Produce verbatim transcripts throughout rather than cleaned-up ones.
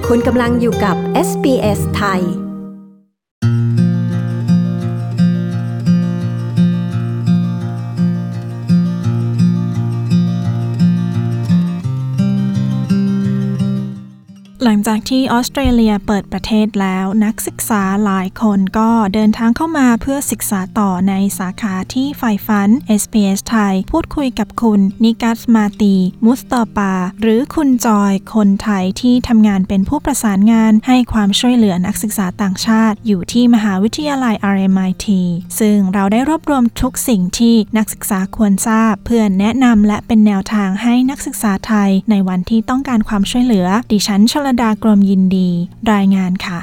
คุณกำลังอยู่กับ เอส บี เอส ไทยหลังจากที่ออสเตรเลียเปิดประเทศแล้วนักศึกษาหลายคนก็เดินทางเข้ามาเพื่อศึกษาต่อในสาขาที่ใฝ่ฝัน เอส บี เอส ไทยพูดคุยกับคุณนิกัสมาตีมุสตอปาหรือคุณจอยคนไทยที่ทำงานเป็นผู้ประสานงานให้ความช่วยเหลือนักศึกษาต่างชาติอยู่ที่มหาวิทยาลัย อาร์ เอ็ม ไอ ที ซึ่งเราได้รวบรวมทุกสิ่งที่นักศึกษาควรทราบเพื่อแนะนำและเป็นแนวทางให้นักศึกษาไทยในวันที่ต้องการความช่วยเหลือดิฉันชลดากรมยินดีรายงานค่ะ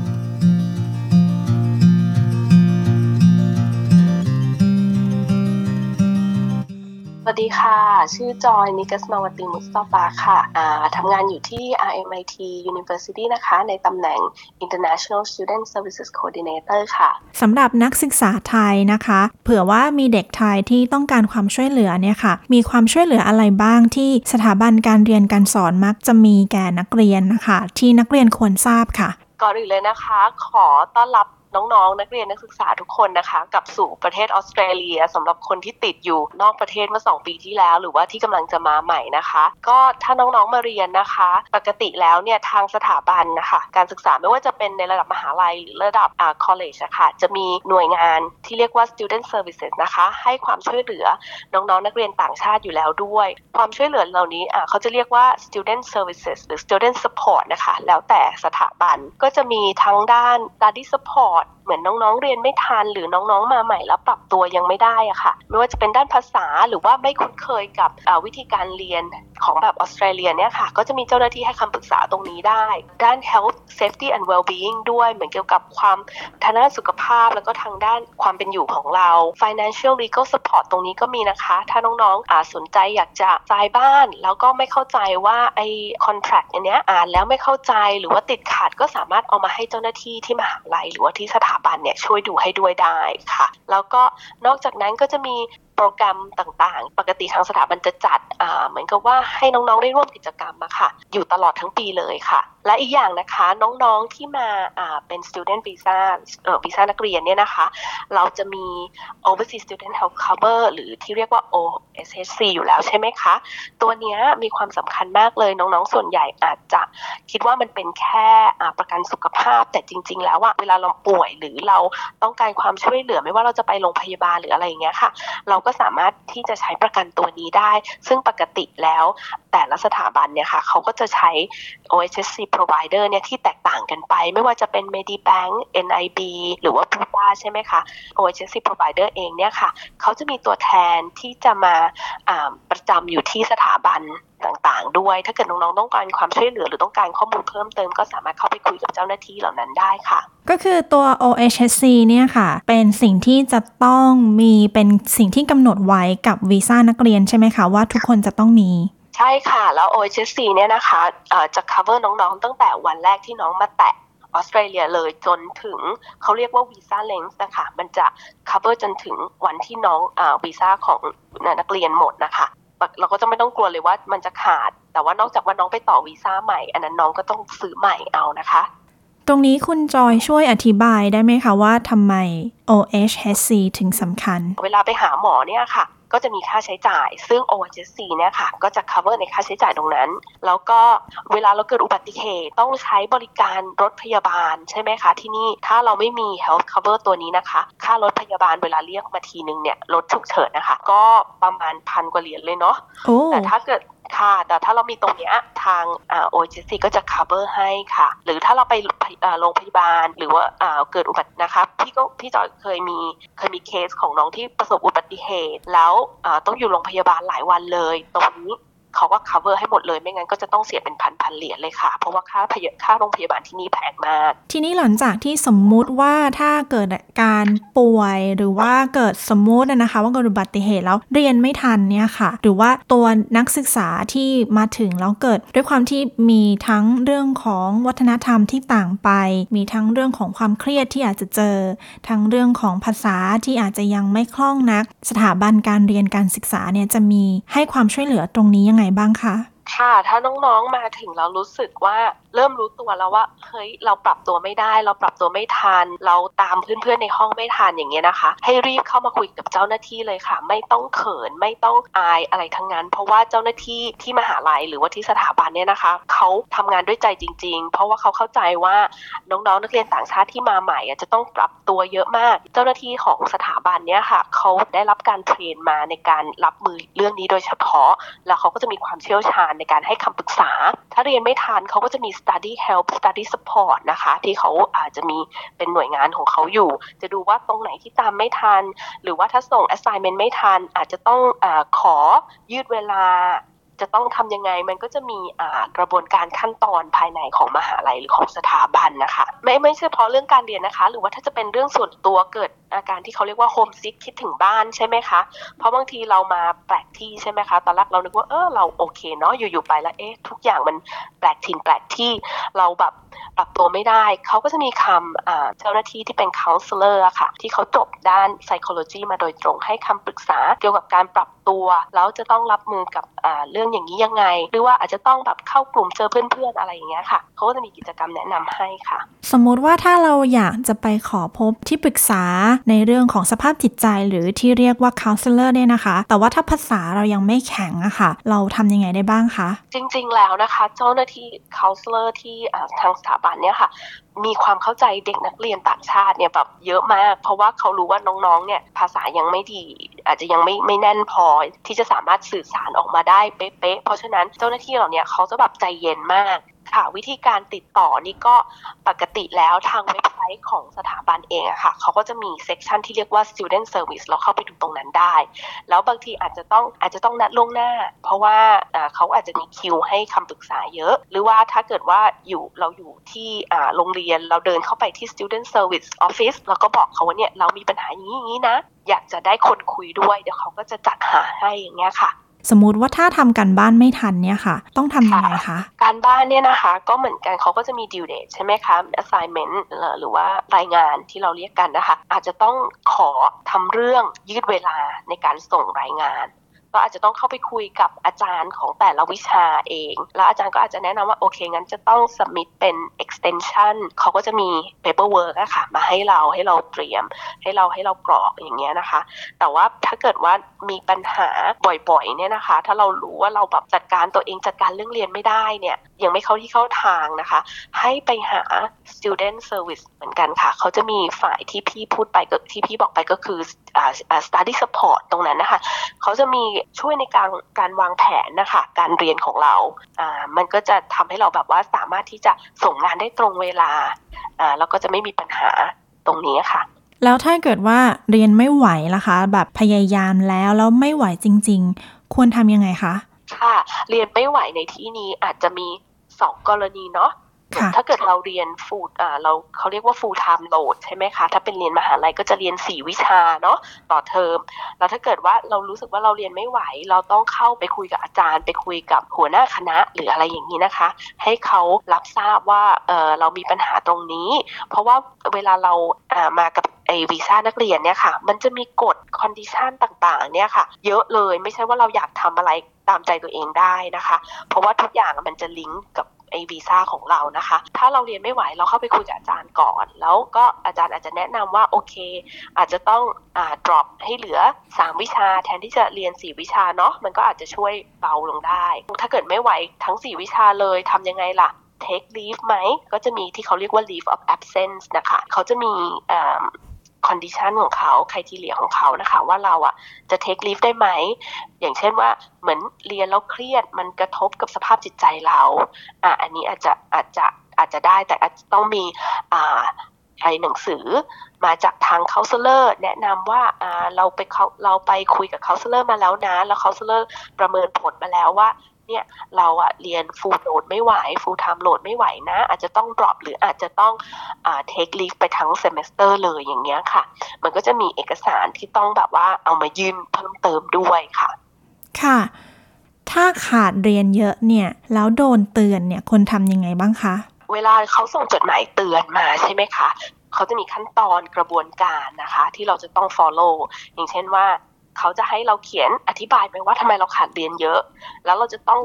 สวัสดีค่ะชื่อจอยนิกัสมาวติมุสตอฟาค่ะทำงานอยู่ที่ อาร์ เอ็ม ไอ ที University นะคะในตำแหน่ง International Student Services Coordinator ค่ะสำหรับนักศึกษาไทยนะคะเผื่อว่ามีเด็กไทยที่ต้องการความช่วยเหลือเนี่ยค่ะมีความช่วยเหลืออะไรบ้างที่สถาบันการเรียนการสอนมักจะมีแก่นักเรียนนะคะที่นักเรียนควรทราบค่ะก่อนอื่นเลยนะคะขอต้อนรับน้องๆนักเรียนนักศึกษาทุกคนนะคะกลับสู่ประเทศออสเตรเลียสำหรับคนที่ติดอยู่นอกประเทศเมื่อสองปีที่แล้วหรือว่าที่กำลังจะมาใหม่นะคะก็ถ้าน้องๆมาเรียนนะคะปกติแล้วเนี่ยทางสถาบันนะคะการศึกษาไม่ว่าจะเป็นในระดับมหาลัยหรือระดับอ่า college อะค่ะจะมีหน่วยงานที่เรียกว่า student services นะคะให้ความช่วยเหลือน้องๆนักเรียนต่างชาติอยู่แล้วด้วยความช่วยเหลือเหล่านี้อ่าเขาจะเรียกว่า student services หรือ student support นะคะแล้วแต่สถาบันก็จะมีทั้งด้าน study supportเหมือนน้องๆเรียนไม่ทันหรือน้องๆมาใหม่แล้วปรับตัวยังไม่ได้อะค่ะไม่ว่าจะเป็นด้านภาษาหรือว่าไม่คุ้นเคยกับวิธีการเรียนของแบบออสเตรเลียเนี่ยค่ะก็จะมีเจ้าหน้าที่ให้คำปรึกษาตรงนี้ได้ด้าน health safety and well-being ด้วยเหมือนเกี่ยวกับความทางด้านสุขภาพแล้วก็ทางด้านความเป็นอยู่ของเรา financial legal support ตรงนี้ก็มีนะคะถ้าน้องๆอ่าสนใจอยากจะจ่ายบ้านแล้วก็ไม่เข้าใจว่าไอ้ contract อันเนี้ยอ่านแล้วไม่เข้าใจหรือว่าติดขัดก็สามารถเอามาให้เจ้าหน้าที่ที่มหาลัยหรือว่าที่สถาบันเนี่ยช่วยดูให้ด้วยได้ค่ะแล้วก็นอกจากนั้นก็จะมีโปรแกรมต่างๆปกติทางสถาบันจะจัดเหมือนกับว่าให้น้องๆได้ร่วมกิจกรรมอะค่ะอยู่ตลอดทั้งปีเลยค่ะและอีกอย่างนะคะน้องๆที่มาเป็น student visa เอ่อวีซ่านักเรียนเนี่ยนะคะเราจะมี overseas student health cover หรือที่เรียกว่า โอ เอส เอช ซี อยู่แล้วใช่ไหมคะตัวนี้มีความสำคัญมากเลยน้องๆส่วนใหญ่อาจจะคิดว่ามันเป็นแค่ประกันสุขภาพแต่จริงๆแล้วอะเวลาเราป่วยหรือเราต้องการความช่วยเหลือไม่ว่าเราจะไปโรงพยาบาลหรืออะไรอย่างเงี้ยค่ะเราก็สามารถที่จะใช้ประกันตัวนี้ได้ซึ่งปกติแล้วแต่ละสถาบันเนี่ยค่ะเขาก็จะใช้ โอ เอช เอส ซี provider เนี่ยที่แตกต่างกันไปไม่ว่าจะเป็น Medibank เอ็น ไอ บี หรือว่า Bupa ใช่ไหมคะ โอ เอช เอส ซี provider เองเนี่ยค่ะเขาจะมีตัวแทนที่จะมาประจำอยู่ที่สถาบันต่างๆด้วยถ้าเกิดน้องๆต้องการความช่วยเหลือหรือต้องการข้อมูลเพิ่มเติมก็สามารถเข้าไปคุยกับเจ้าหน้าที่เหล่านั้นได้ค่ะก็คือตัว โอ เอช เอส ซี เนี่ยค่ะเป็นสิ่งที่จะต้องมีเป็นสิ่งที่กำหนดไว้กับวีซ่านักเรียนใช่ไหมคะว่าทุกคนจะต้องมีใช่ค่ะแล้ว โอ เอช เอส ซี เนี่ยนะคะจะ cover น้องๆตั้งแต่วันแรกที่น้องมาแตะออสเตรเลียเลยจนถึงเขาเรียกว่าวีซ่า length นะคะมันจะ cover จนถึงวันที่น้องวีซ่าของนักเรียนหมดนะคะเราก็จะไม่ต้องกลัวเลยว่ามันจะขาดแต่ว่านอกจากว่าน้องไปต่อวีซ่าใหม่อันนั้นน้องก็ต้องซื้อใหม่เอานะคะตรงนี้คุณจอยช่วยอธิบายได้ไหมคะว่าทำไม โอ เอช เอส ซี ถึงสำคัญเวลาไปหาหมอเนี่ยค่ะก็จะมีค่าใช้จ่ายซึ่ง โอ เอช เอส ซี เนี่ยค่ะก็จะ cover ในค่าใช้จ่ายตรงนั้นแล้วก็เวลาเราเกิดอุบัติเหตุต้องใช้บริการรถพยาบาลใช่ไหมคะที่นี่ถ้าเราไม่มี health cover ตัวนี้นะคะค่ารถพยาบาลเวลาเรียกมาทีนึงเนี่ยรถฉุกเฉินนะคะก็ประมาณพันกว่าเหรียญเลยเนาะแต่ถ้าเกิดค่ะแต่ถ้าเรามีตรงนี้ทาง โอ เอช เอส ซี ก็จะ cover ให้ค่ะหรือถ้าเราไปโรงพยาบาลหรือว่าเกิดอุบัตินะคะพี่ก็พี่จอยเคยมีเคยมีเคสของน้องที่ประสบอุบัติเหตุแล้วต้องอยู่โรงพยาบาลหลายวันเลยตรงนี้เขาก็ cover ให้หมดเลยไม่งั้นก็จะต้องเสียเป็นพันๆเหรียญเลยค่ะเพราะว่าค่าพยค่าโรงพยาบาลที่นี่แพงมากทีนี้หลังจากที่สมมุติว่าถ้าเกิดการป่วยหรือว่าเกิดสมมุตินะคะว่าเกิดอุบัติเหตุแล้วเรียนไม่ทันเนี่ยค่ะหรือว่าตัวนักศึกษาที่มาถึงแล้วเกิดด้วยความที่มีทั้งเรื่องของวัฒนธรรมที่ต่างไปมีทั้งเรื่องของความเครียดที่อาจจะเจอทั้งเรื่องของภาษาที่อาจจะยังไม่คล่องนักสถาบันการเรียนการศึกษาเนี่ยจะมีให้ความช่วยเหลือตรงนี้ยังไงบ้างคะค่ะถ้าน้องๆมาถึงแล้วรู้สึกว่าเริ่มรู้ตัวแล้วว่าเฮ้ยเราปรับตัวไม่ได้เราปรับตัวไม่ทันเราตามเพื่อนๆในห้องไม่ทันอย่างเงี้ยนะคะให้รีบเข้ามาคุยกับเจ้าหน้าที่เลยค่ะไม่ต้องเขินไม่ต้องอายอะไรทั้งนั้นเพราะว่าเจ้าหน้าที่ที่มหาลัยหรือว่าที่สถาบันเนี่ยนะคะเขาทำงานด้วยใจจริงๆเพราะว่าเขาเข้าใจว่าน้องๆนักเรียนต่างชาติที่มาใหม่จะต้องปรับตัวเยอะมากเจ้าหน้าที่ของสถาบันเนี่ยค่ะเขาได้รับการเทรนมาในการรับมือเรื่องนี้โดยเฉพาะแล้วเขาก็จะมีความเชี่ยวชาญในการให้คำปรึกษาถ้าเรียนไม่ทันเขาก็จะมี study help study support นะคะที่เขาอาจจะมีเป็นหน่วยงานของเขาอยู่จะดูว่าตรงไหนที่ตามไม่ทันหรือว่าถ้าส่ง assignment ไม่ทันอาจจะต้องอ่าขอยืดเวลาจะต้องทำยังไงมันก็จะมีอ่ากระบวนการขั้นตอนภายในของมหาลัยหรือของสถาบันนะคะไม่ไม่เฉพาะเรื่องการเรียนนะคะหรือว่าถ้าจะเป็นเรื่องส่วนตัวเกิดอาการที่เขาเรียกว่าโฮมซิกคิดถึงบ้านใช่ไหมคะเพราะบางทีเรามาแปลกที่ใช่ไหมคะตอนแรกเรานึกว่าเออเราโอเคเนาะอยู่ๆไปแล้วเอ๊ะทุกอย่างมันแปลกถิ่นแปลกที่เราแบบปรับตัวไม่ได้เขาก็จะมีคำอ่าเจ้าหน้าที่ที่เป็น counselor อะค่ะที่เขาจบด้าน psychology มาโดยตรงให้คำปรึกษาเกี่ยวกับการปรับตัวแล้วจะต้องรับมือกับอ่าเรื่องอย่างนี้ยังไงหรือว่าอาจจะต้องแบบเข้ากลุ่มเจอเพื่อนๆอะไรอย่างเงี้ยค่ะเขาก็จะมีกิจกรรมแนะนำให้ค่ะสมมุติว่าถ้าเราอยากจะไปขอพบที่ปรึกษาในเรื่องของสภาพจิตใจหรือที่เรียกว่า counselor เนี่ยนะคะแต่ว่าถ้าภาษาเรายังไม่แข็งอะค่ะเราทำยังไงได้บ้างคะจริงๆแล้วนะคะเจ้าหน้าที่ counselor ที่ทางสถาบันเนี่ยค่ะมีความเข้าใจเด็กนักเรียนต่างชาติเนี่ยแบบเยอะมากเพราะว่าเขารู้ว่าน้องๆเนี่ยภาษายังไม่ดีอาจจะยังไม่ไม่แน่นพอที่จะสามารถสื่อสารออกมาได้เป๊ะๆเพราะฉะนั้นเจ้าหน้าที่เหล่านี้เขาจะแบบใจเย็นมากค่ะวิธีการติดต่อนี่ก็ปกติแล้วทางเว็บไซต์ของสถาบันเองอะค่ะเขาก็จะมีเซกชันที่เรียกว่า student service เราเข้าไปดูตรงนั้นได้แล้วบางทีอาจจะต้องอาจจะต้องนัดล่วงหน้าเพราะว่าเขาอาจจะมีคิวให้คำปรึกษาเยอะหรือว่าถ้าเกิดว่าอยู่เราอยู่ที่โรงเรียนเราเดินเข้าไปที่ student service office แล้วก็บอกเขาว่าเนี่ยเรามีปัญหาอย่างนี้อย่างนี้นะอยากจะได้คนคุยด้วยเดี๋ยวเขาก็จะจัดหาให้อย่างเงี้ยค่ะสมมุติว่าถ้าทำการบ้านไม่ทันเนี่ยค่ะต้องทำยังไงคะการบ้านเนี่ยนะคะก็เหมือนกันเขาก็จะมี due date ใช่ไหมคะ assignment หรือว่ารายงานที่เราเรียกกันนะคะอาจจะต้องขอทำเรื่องยืดเวลาในการส่งรายงานก็อาจจะต้องเข้าไปคุยกับอาจารย์ของแต่ละวิชาเองแล้วอาจารย์ก็อาจจะแนะนำว่าโอเคงั้นจะต้อง submit เป็น extension เขาก็จะมี paperwork อะค่ะมาให้เราให้เราเตรียมให้เราให้เรากรอกอย่างเงี้ยนะคะแต่ว่าถ้าเกิดว่ามีปัญหาบ่อยๆเนี่ยนะคะถ้าเรารู้ว่าเราแบบจัดการตัวเองจัดการเรื่องเรียนไม่ได้เนี่ยยังไม่เข้าที่เข้าทางนะคะให้ไปหา student service เหมือนกันค่ะเขาจะมีฝ่ายที่พี่พูดไปก็ที่พี่บอกไปก็คืออ่า study support ตรงนั้นนะคะเขาจะมีช่วยในการการวางแผนนะคะการเรียนของเราอ่ามันก็จะทำให้เราแบบว่าสามารถที่จะส่งงานได้ตรงเวลาอ่าแล้วก็จะไม่มีปัญหาตรงนี้ค่ะแล้วถ้าเกิดว่าเรียนไม่ไหวล่ะคะแบบพยายามแล้วแล้วไม่ไหวจริงๆควรทำยังไงคะค่ะเรียนไม่ไหวในที่นี้อาจจะมีสองกรณีเนาะถ้าเกิดเราเรียน full อ่าเราเขาเรียกว่า full time load ใช่ไหมคะถ้าเป็นเรียนมหาลัยก็จะเรียนสี่วิชาเนาะต่อเทอมแล้วถ้าเกิดว่าเรารู้สึกว่าเราเรียนไม่ไหวเราต้องเข้าไปคุยกับอาจารย์ไปคุยกับหัวหน้าคณะหรืออะไรอย่างนี้นะคะให้เขารับทราบว่าเออเรามีปัญหาตรงนี้เพราะว่าเวลาเราอ่ามากับไอ้วีซ่านักเรียนเนี่ยค่ะมันจะมีกฎคอนดิชันต่างๆเนี่ยค่ะเยอะเลยไม่ใช่ว่าเราอยากทำอะไรตามใจตัวเองได้นะคะเพราะว่าทุกอย่างมันจะลิงก์กับไอ้วีซ่าของเรานะคะถ้าเราเรียนไม่ไหวเราเข้าไปคุยกับอาจารย์ก่อนแล้วก็อาจารย์อาจจะแนะนำว่าโอเคอาจจะต้องอ่า drop ให้เหลือสามวิชาแทนที่จะเรียนสี่วิชาเนาะมันก็อาจจะช่วยเบาลงได้ถ้าเกิดไม่ไหวทั้งสี่วิชาเลยทำยังไงล่ะ take leave ไหมก็จะมีที่เขาเรียกว่า leave of absence นะคะเขาจะมีอ่าcondition ของเขา criteria ของเขานะคะว่าเราอ่ะจะ take leave ได้ไหมอย่างเช่นว่าเหมือนเรียนแล้วเครียดมันกระทบกับสภาพจิตใจเราอ่ะอันนี้อาจจะอาจจะอาจจะได้แต่อาจจะต้องมีอ่าไอ้หนังสือมาจากทาง counselor แนะนำว่าอ่าเราไปเราไปคุยกับ counselor มาแล้วนะแล้ว counselor ประเมินผลมาแล้วว่าเนี่ยเราอะเรียน full load ไม่ไหว full time load ไม่ไหวนะอาจจะต้อง drop หรืออาจจะต้องอ่า take leave ไปทั้ง semester เลยอย่างเงี้ยค่ะมันก็จะมีเอกสารที่ต้องแบบว่าเอามายื่นเพิ่มเติมด้วยค่ะค่ะถ้าขาดเรียนเยอะเนี่ยแล้วโดนเตือนเนี่ยคนทำยังไงบ้างคะเวลาเขาส่งจดหมายเตือนมาใช่ไหมคะเขาจะมีขั้นตอนกระบวนการนะคะที่เราจะต้อง follow อย่างเช่นว่าเขาจะให้เราเขียนอธิบายไปว่าทำไมเราขาดเรียนเยอะแล้วเราจะต้อง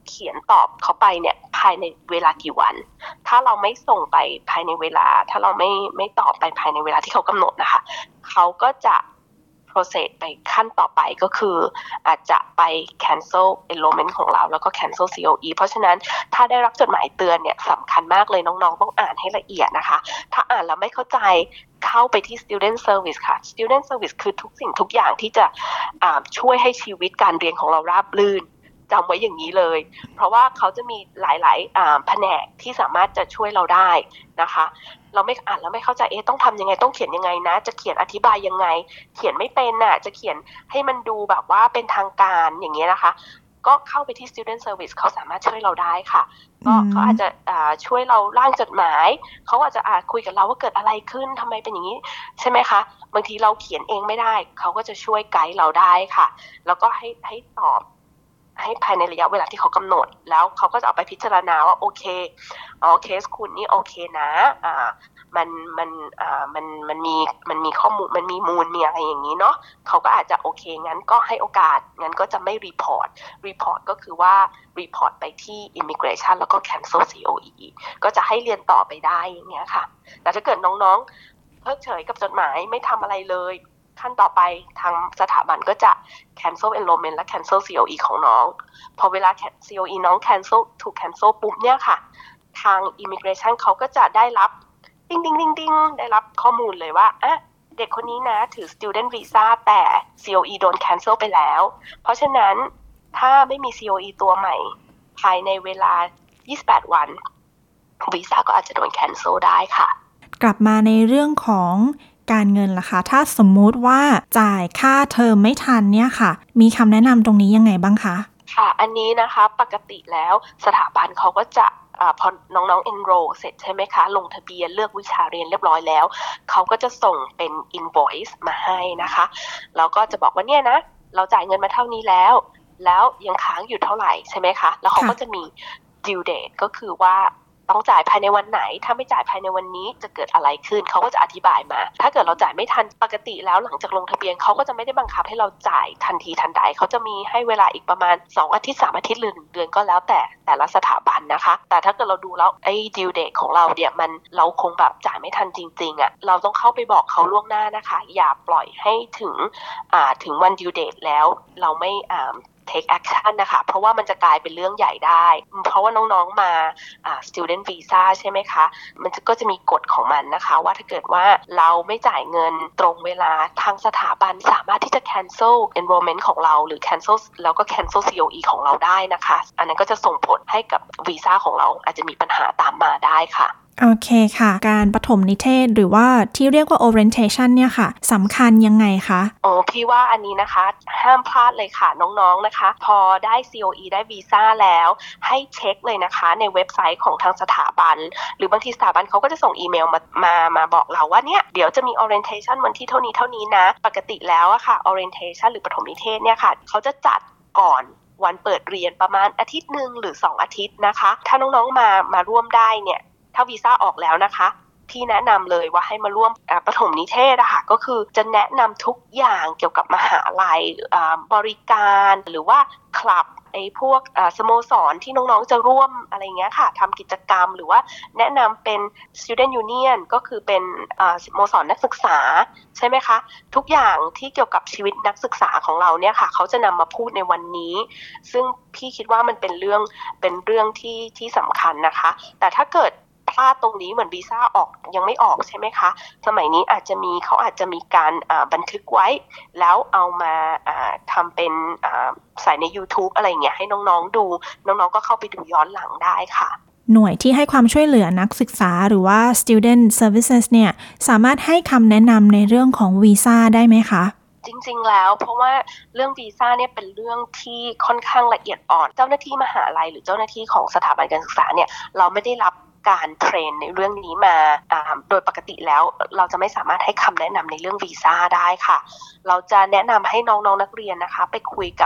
เขียนตอบเขาไปเนี่ยภายในเวลากี่วันถ้าเราไม่ส่งไปภายในเวลาถ้าเราไม่ไม่ตอบไปภายในเวลาที่เขากำหนดนะคะเขาก็จะ process ไปขั้นต่อไปก็คืออาจจะไป cancel enrollment ของเราแล้วก็ cancel ซี โอ อี เพราะฉะนั้นถ้าได้รับจดหมายเตือนเนี่ยสำคัญมากเลยน้องๆต้องอ่านให้ละเอียดนะคะถ้าอ่านแล้วไม่เข้าใจเข้าไปที่ student service ค่ะ student service คือทุกสิ่งทุกอย่างที่จะช่วยให้ชีวิตการเรียนของเราราบรื่นจำไว้อย่างนี้เลยเพราะว่าเขาจะมีหลายๆแผนกที่สามารถจะช่วยเราได้นะคะเราไม่อ่านแล้วไม่เข้าใจเอ๊ะต้องทำยังไงต้องเขียนยังไงนะจะเขียนอธิบายยังไงเขียนไม่เป็นน่ะจะเขียนให้มันดูแบบว่าเป็นทางการอย่างเงี้ยนะคะก็เข้าไปที่ student service เขาสามารถช่วยเราได้ค่ะก็เขาอาจจะช่วยเราร่างจดหมายเขาอาจจะอาจคุยกับเราว่าเกิดอะไรขึ้นทำไมเป็นอย่างนี้ใช่ไหมคะบางทีเราเขียนเองไม่ได้เขาก็จะช่วยไกด์เราได้ค่ะแล้วก็ให้ให้ตอบให้ภายในระยะเวลาที่เขากำหนดแล้วเขาก็จะเอาไปพิจารณาว่าโอเคอ๋อเคสคุณนี่โอเคนะอ่ามันมันอ่ามันมันมีมันมีข้อมูลมันมีมูลมีอะไรอย่างนี้เนาะเขาก็อาจจะโอเคงั้นก็ให้โอกาสงั้นก็จะไม่รีพอร์ตรีพอร์ตก็คือว่ารีพอร์ตไปที่ immigration แล้วก็ cancel ซี โอ อี ก็จะให้เรียนต่อไปได้อย่างเงี้ยค่ะแต่ถ้าเกิดน้องๆเพิกเฉยกับจดหมายไม่ทำอะไรเลยขั้นต่อไปทางสถาบันก็จะ cancel enrollment และ cancel ซี โอ อี ของน้องพอเวลา ซี โอ อี น้อง cancel ถูก cancel ปุ๊บเนี่ยค่ะทาง immigration เขาก็จะได้รับดิ้งดิ้งดิ้งดิ้งได้รับข้อมูลเลยว่าอ่ะเด็กคนนี้นะถือ student visa แต่ ซี โอ อี โดน cancel ไปแล้วเพราะฉะนั้นถ้าไม่มี ซี โอ อี ตัวใหม่ภายในเวลายี่สิบแปดวันวีซ่าก็อาจจะโดน cancel ได้ค่ะกลับมาในเรื่องของการเงินล่ะคะถ้าสมมุติว่าจ่ายค่าเทอมไม่ทันเนี่ยค่ะมีคำแนะนำตรงนี้ยังไงบ้างคะค่ะอันนี้นะคะปกติแล้วสถาบันเขาก็จะอ่าพอน้องๆ enroll เสร็จใช่ไหมคะลงทะเบียนเลือกวิชาเรียนเรียบร้อยแล้วเขาก็จะส่งเป็น invoice มาให้นะคะแล้วก็จะบอกว่าเนี่ยนะเราจ่ายเงินมาเท่านี้แล้วแล้วยังค้างอยู่เท่าไหร่ใช่ไหมคะแล้วเขาก็จะมี due date ก็คือว่าต้องจ่ายภายในวันไหนถ้าไม่จ่ายภายในวันนี้จะเกิดอะไรขึ้นเขาก็จะอธิบายมาถ้าเกิดเราจ่ายไม่ทันปกติแล้วหลังจากลงทะเบียนเขาก็จะไม่ได้บังคับให้เราจ่ายทันทีทันใดเขาจะมีให้เวลาอีกประมาณสองอาทิตย์สามอาทิตย์หรือหนึ่งเดือนก็แล้วแต่แต่ละสถาบันนะคะแต่ถ้าเกิดเราดูแล้วไอ้ due date ของเราเนี่ยมันเราคงแบบจ่ายไม่ทันจริงๆอ่ะเราต้องเข้าไปบอกเขาล่วงหน้านะคะอย่าปล่อยให้ถึงอ่าถึงวัน due date แล้วเราไม่อ่าtake action นะคะเพราะว่ามันจะกลายเป็นเรื่องใหญ่ได้เพราะว่าน้องๆมาอ่า student visa ใช่ไหมคะมันก็จะมีกฎของมันนะคะว่าถ้าเกิดว่าเราไม่จ่ายเงินตรงเวลาทางสถาบันสามารถที่จะ cancel enrollment ของเราหรือ cancel แล้วก็ cancel ซี โอ อี ของเราได้นะคะอันนั้นก็จะส่งผลให้กับวีซ่าของเราอาจจะมีปัญหาตามมาได้ค่ะโอเคค่ะการปฐมนิเทศหรือว่าที่เรียกว่า orientation เนี่ยค่ะสำคัญยังไงคะโอ้พี่ว่าอันนี้นะคะห้ามพลาดเลยค่ะน้องๆนะคะพอได้ ซี โอ อี ได้วีซ่าแล้วให้เช็คเลยนะคะในเว็บไซต์ของทางสถาบันหรือบางทีสถาบันเขาก็จะส่งอีเมลมามามาบอกเราว่าเนี่ยเดี๋ยวจะมี orientation วันที่เท่านี้เท่านี้นะปกติแล้วอะค่ะ orientation หรือปฐมนิเทศเนี่ยค่ะเขาจะจัดก่อนวันเปิดเรียนประมาณอาทิตย์นึงหรือสองอาทิตย์นะคะถ้าน้องๆมามาร่วมได้เนี่ยถ้าวีซ่าออกแล้วนะคะพี่แนะนำเลยว่าให้มาร่วมประถมนิเทศอะค่ะก็คือจะแนะนำทุกอย่างเกี่ยวกับมหาลัยบริการหรือว่าคลับไอ้พวกสโมสรที่น้องๆจะร่วมอะไรเงี้ยค่ะทำกิจกรรมหรือว่าแนะนำเป็น student union ก็คือเป็นสโมสรนักศึกษาใช่ไหมคะทุกอย่างที่เกี่ยวกับชีวิตนักศึกษาของเราเนี่ยค่ะเขาจะนำมาพูดในวันนี้ซึ่งพี่คิดว่ามันเป็นเรื่องเป็นเรื่องที่ที่สำคัญนะคะแต่ถ้าเกิดพลาดตรงนี้เหมือนวีซ่าออกยังไม่ออกใช่ไหมคะสมัยนี้อาจจะมีเขาอาจจะมีการบันทึกไว้แล้วเอามาทำเป็นใส่ใน YouTube อะไรเงี้ยให้น้องๆดูน้องๆก็เข้าไปดูย้อนหลังได้ค่ะหน่วยที่ให้ความช่วยเหลือนักศึกษาหรือว่า student services เนี่ยสามารถให้คำแนะนำในเรื่องของวีซ่าได้ไหมคะจริงๆแล้วเพราะว่าเรื่องวีซ่าเนี่ยเป็นเรื่องที่ค่อนข้างละเอียดอ่อนเจ้าหน้าที่มหาลัยหรือเจ้าหน้าที่ของสถาบันการศึกษาเนี่ยเราไม่ได้รับการเทรนในเรื่องนี้มาโดยปกติแล้วเราจะไม่สามารถให้คำแนะนำในเรื่องวีซ่าได้ค่ะเราจะแนะนำให้น้องๆ นักเรียนนะคะไปคุยกับ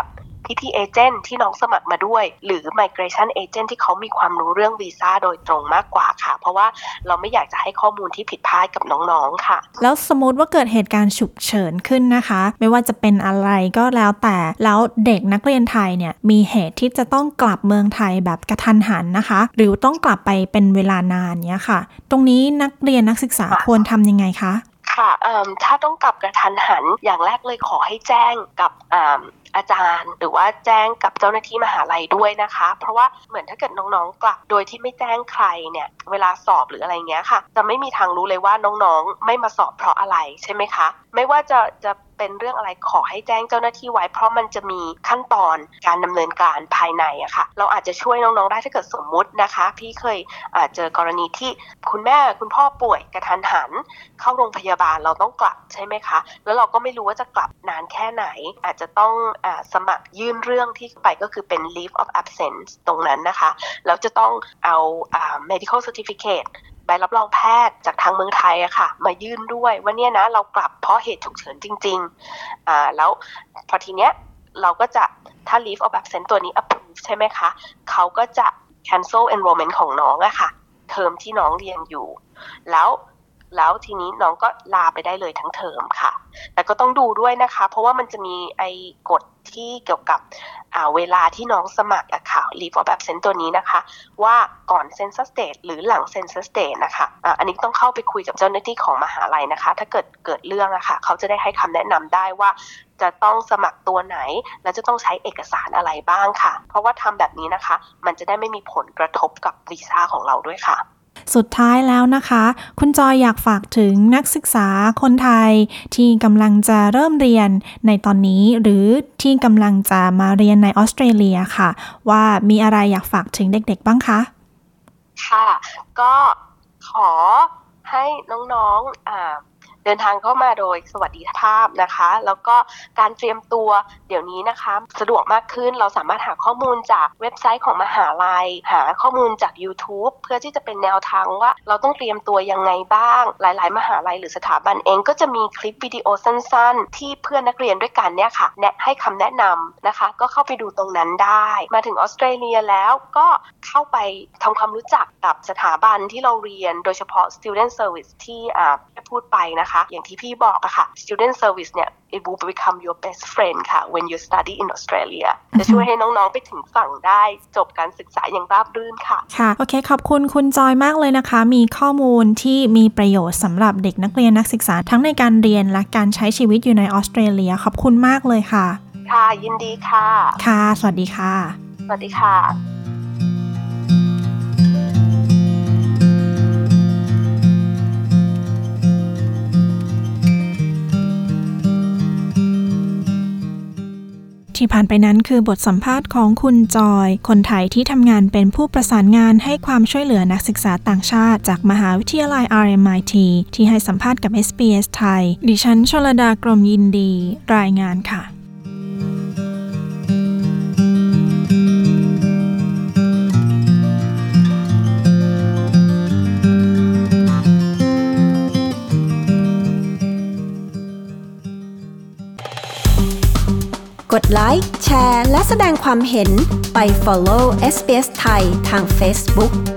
พี ที Agent ที่น้องสมัครมาด้วยหรือ Migration Agent ที่เขามีความรู้เรื่องวีซ่าโดยตรงมากกว่าค่ะเพราะว่าเราไม่อยากจะให้ข้อมูลที่ผิดพลาดกับน้องๆค่ะแล้วสมมติว่าเกิดเหตุการณ์ฉุกเฉินขึ้นนะคะไม่ว่าจะเป็นอะไรก็แล้วแต่แล้วเด็กนักเรียนไทยเนี่ยมีเหตุที่จะต้องกลับเมืองไทยแบบกระทันหันนะคะหรือต้องกลับไปเป็นเวลานานเนี้ยค่ะตรงนี้นักเรียนนักศึกษาควรทำยังไงคะค่ะถ้าต้องกลับกระทันหันอย่างแรกเลยขอให้แจ้งกับอาจารย์หรือว่าแจ้งกับเจ้าหน้าที่มหาลัยด้วยนะคะเพราะว่าเหมือนถ้าเกิดน้องๆกลับโดยที่ไม่แจ้งใครเนี่ยเวลาสอบหรืออะไรเงี้ยค่ะจะไม่มีทางรู้เลยว่าน้องๆไม่มาสอบเพราะอะไรใช่ไหมคะไม่ว่าจะจะเป็นเรื่องอะไรขอให้แจ้งเจ้าหน้าที่ไว้เพราะมันจะมีขั้นตอนการดำเนินการภายในอะค่ะเราอาจจะช่วยน้องๆได้ถ้าเกิดสมมุตินะคะพี่เคยเจอกรณีที่คุณแม่คุณพ่อป่วยกระทันหันเข้าโรงพยาบาลเราต้องกลับใช่ไหมคะแล้วเราก็ไม่รู้ว่าจะกลับนานแค่ไหนอาจจะต้องอ่าสมัครยื่นเรื่องที่ไปก็คือเป็น leave of absence ตรงนั้นนะคะแล้วจะต้องเอาอ่า medical certificateใบรับรองแพทย์จากทางเมืองไทยอะค่ะมายื่นด้วยว่าเนี่ยนะเรากลับเพราะเหตุฉุกเฉินจริงๆอ่าแล้วพอทีเนี้ยเราก็จะถ้า leave of absence ตัวนี้ approve ใช่ไหมคะเขาก็จะ cancel enrollment ของน้องอะค่ะเทอมที่น้องเรียนอยู่แล้วแล้วทีนี้น้องก็ลาไปได้เลยทั้งเทอมค่ะแต่ก็ต้องดูด้วยนะคะเพราะว่ามันจะมีไอ้กฎที่เกี่ยวกับเวลาที่น้องสมัครอะค่ะ leave of absence ตัวนี้นะคะว่าก่อน census date หรือหลัง census date นะคะอ่ะอันนี้ต้องเข้าไปคุยกับเจ้าหน้าที่ของมหาลัยนะคะถ้าเกิดเกิดเรื่องอะค่ะเขาจะได้ให้คำแนะนำได้ว่าจะต้องสมัครตัวไหนและจะต้องใช้เอกสารอะไรบ้างค่ะเพราะว่าทำแบบนี้นะคะมันจะได้ไม่มีผลกระทบกับวีซ่าของเราด้วยค่ะสุดท้ายแล้วนะคะคุณจอยอยากฝากถึงนักศึกษาคนไทยที่กำลังจะเริ่มเรียนในตอนนี้หรือที่กำลังจะมาเรียนในออสเตรเลียค่ะว่ามีอะไรอยากฝากถึงเด็กๆบ้างคะค่ะก็ขอให้น้องๆอ่าเดินทางเข้ามาโดยสวัสดิภาพนะคะแล้วก็การเตรียมตัวเดี๋ยวนี้นะคะสะดวกมากขึ้นเราสามารถหาข้อมูลจากเว็บไซต์ของมหาลัยหาข้อมูลจาก YouTube เพื่อที่จะเป็นแนวทางว่าเราต้องเตรียมตัวยังไงบ้างหลายๆมหาลัยหรือสถาบันเองก็จะมีคลิปวิดีโอสั้นๆที่เพื่อนนักเรียนด้วยกันเนี่ยค่ะแนะให้คำแนะนำนะคะก็เข้าไปดูตรงนั้นได้มาถึงออสเตรเลียแล้วก็เข้าไปทำความรู้จักกับสถาบันที่เราเรียนโดยเฉพาะ student service ที่อ่าพูดไปนะคะอย่างที่พี่บอกอะค่ะ student service เนี่ย it will become your best friend ค่ะ when you study in Australia จะช่วยให้น้องๆไปถึงฝั่งได้จบการศึกษาอย่างราบรื่นค่ะค่ะโอเคขอบคุณคุณจอยมากเลยนะคะมีข้อมูลที่มีประโยชน์สำหรับเด็กนักเรียนนักศึกษาทั้งในการเรียนและการใช้ชีวิตอยู่ในออสเตรเลียขอบคุณมากเลยค่ะค่ะยินดีค่ะค่ะสวัสดีค่ะสวัสดีค่ะที่ผ่านไปนั้นคือบทสัมภาษณ์ของคุณจอยคนไทยที่ทำงานเป็นผู้ประสานงานให้ความช่วยเหลือนักศึกษาต่างชาติจากมหาวิทยาลัย อาร์ เอ็ม ไอ ที ที่ให้สัมภาษณ์กับ เอส บี เอส ไทยดิฉันชลดากรมยินดีรายงานค่ะกดไลค์แชร์และแสดงความเห็นไป follow เอส บี เอส ไทยทาง Facebook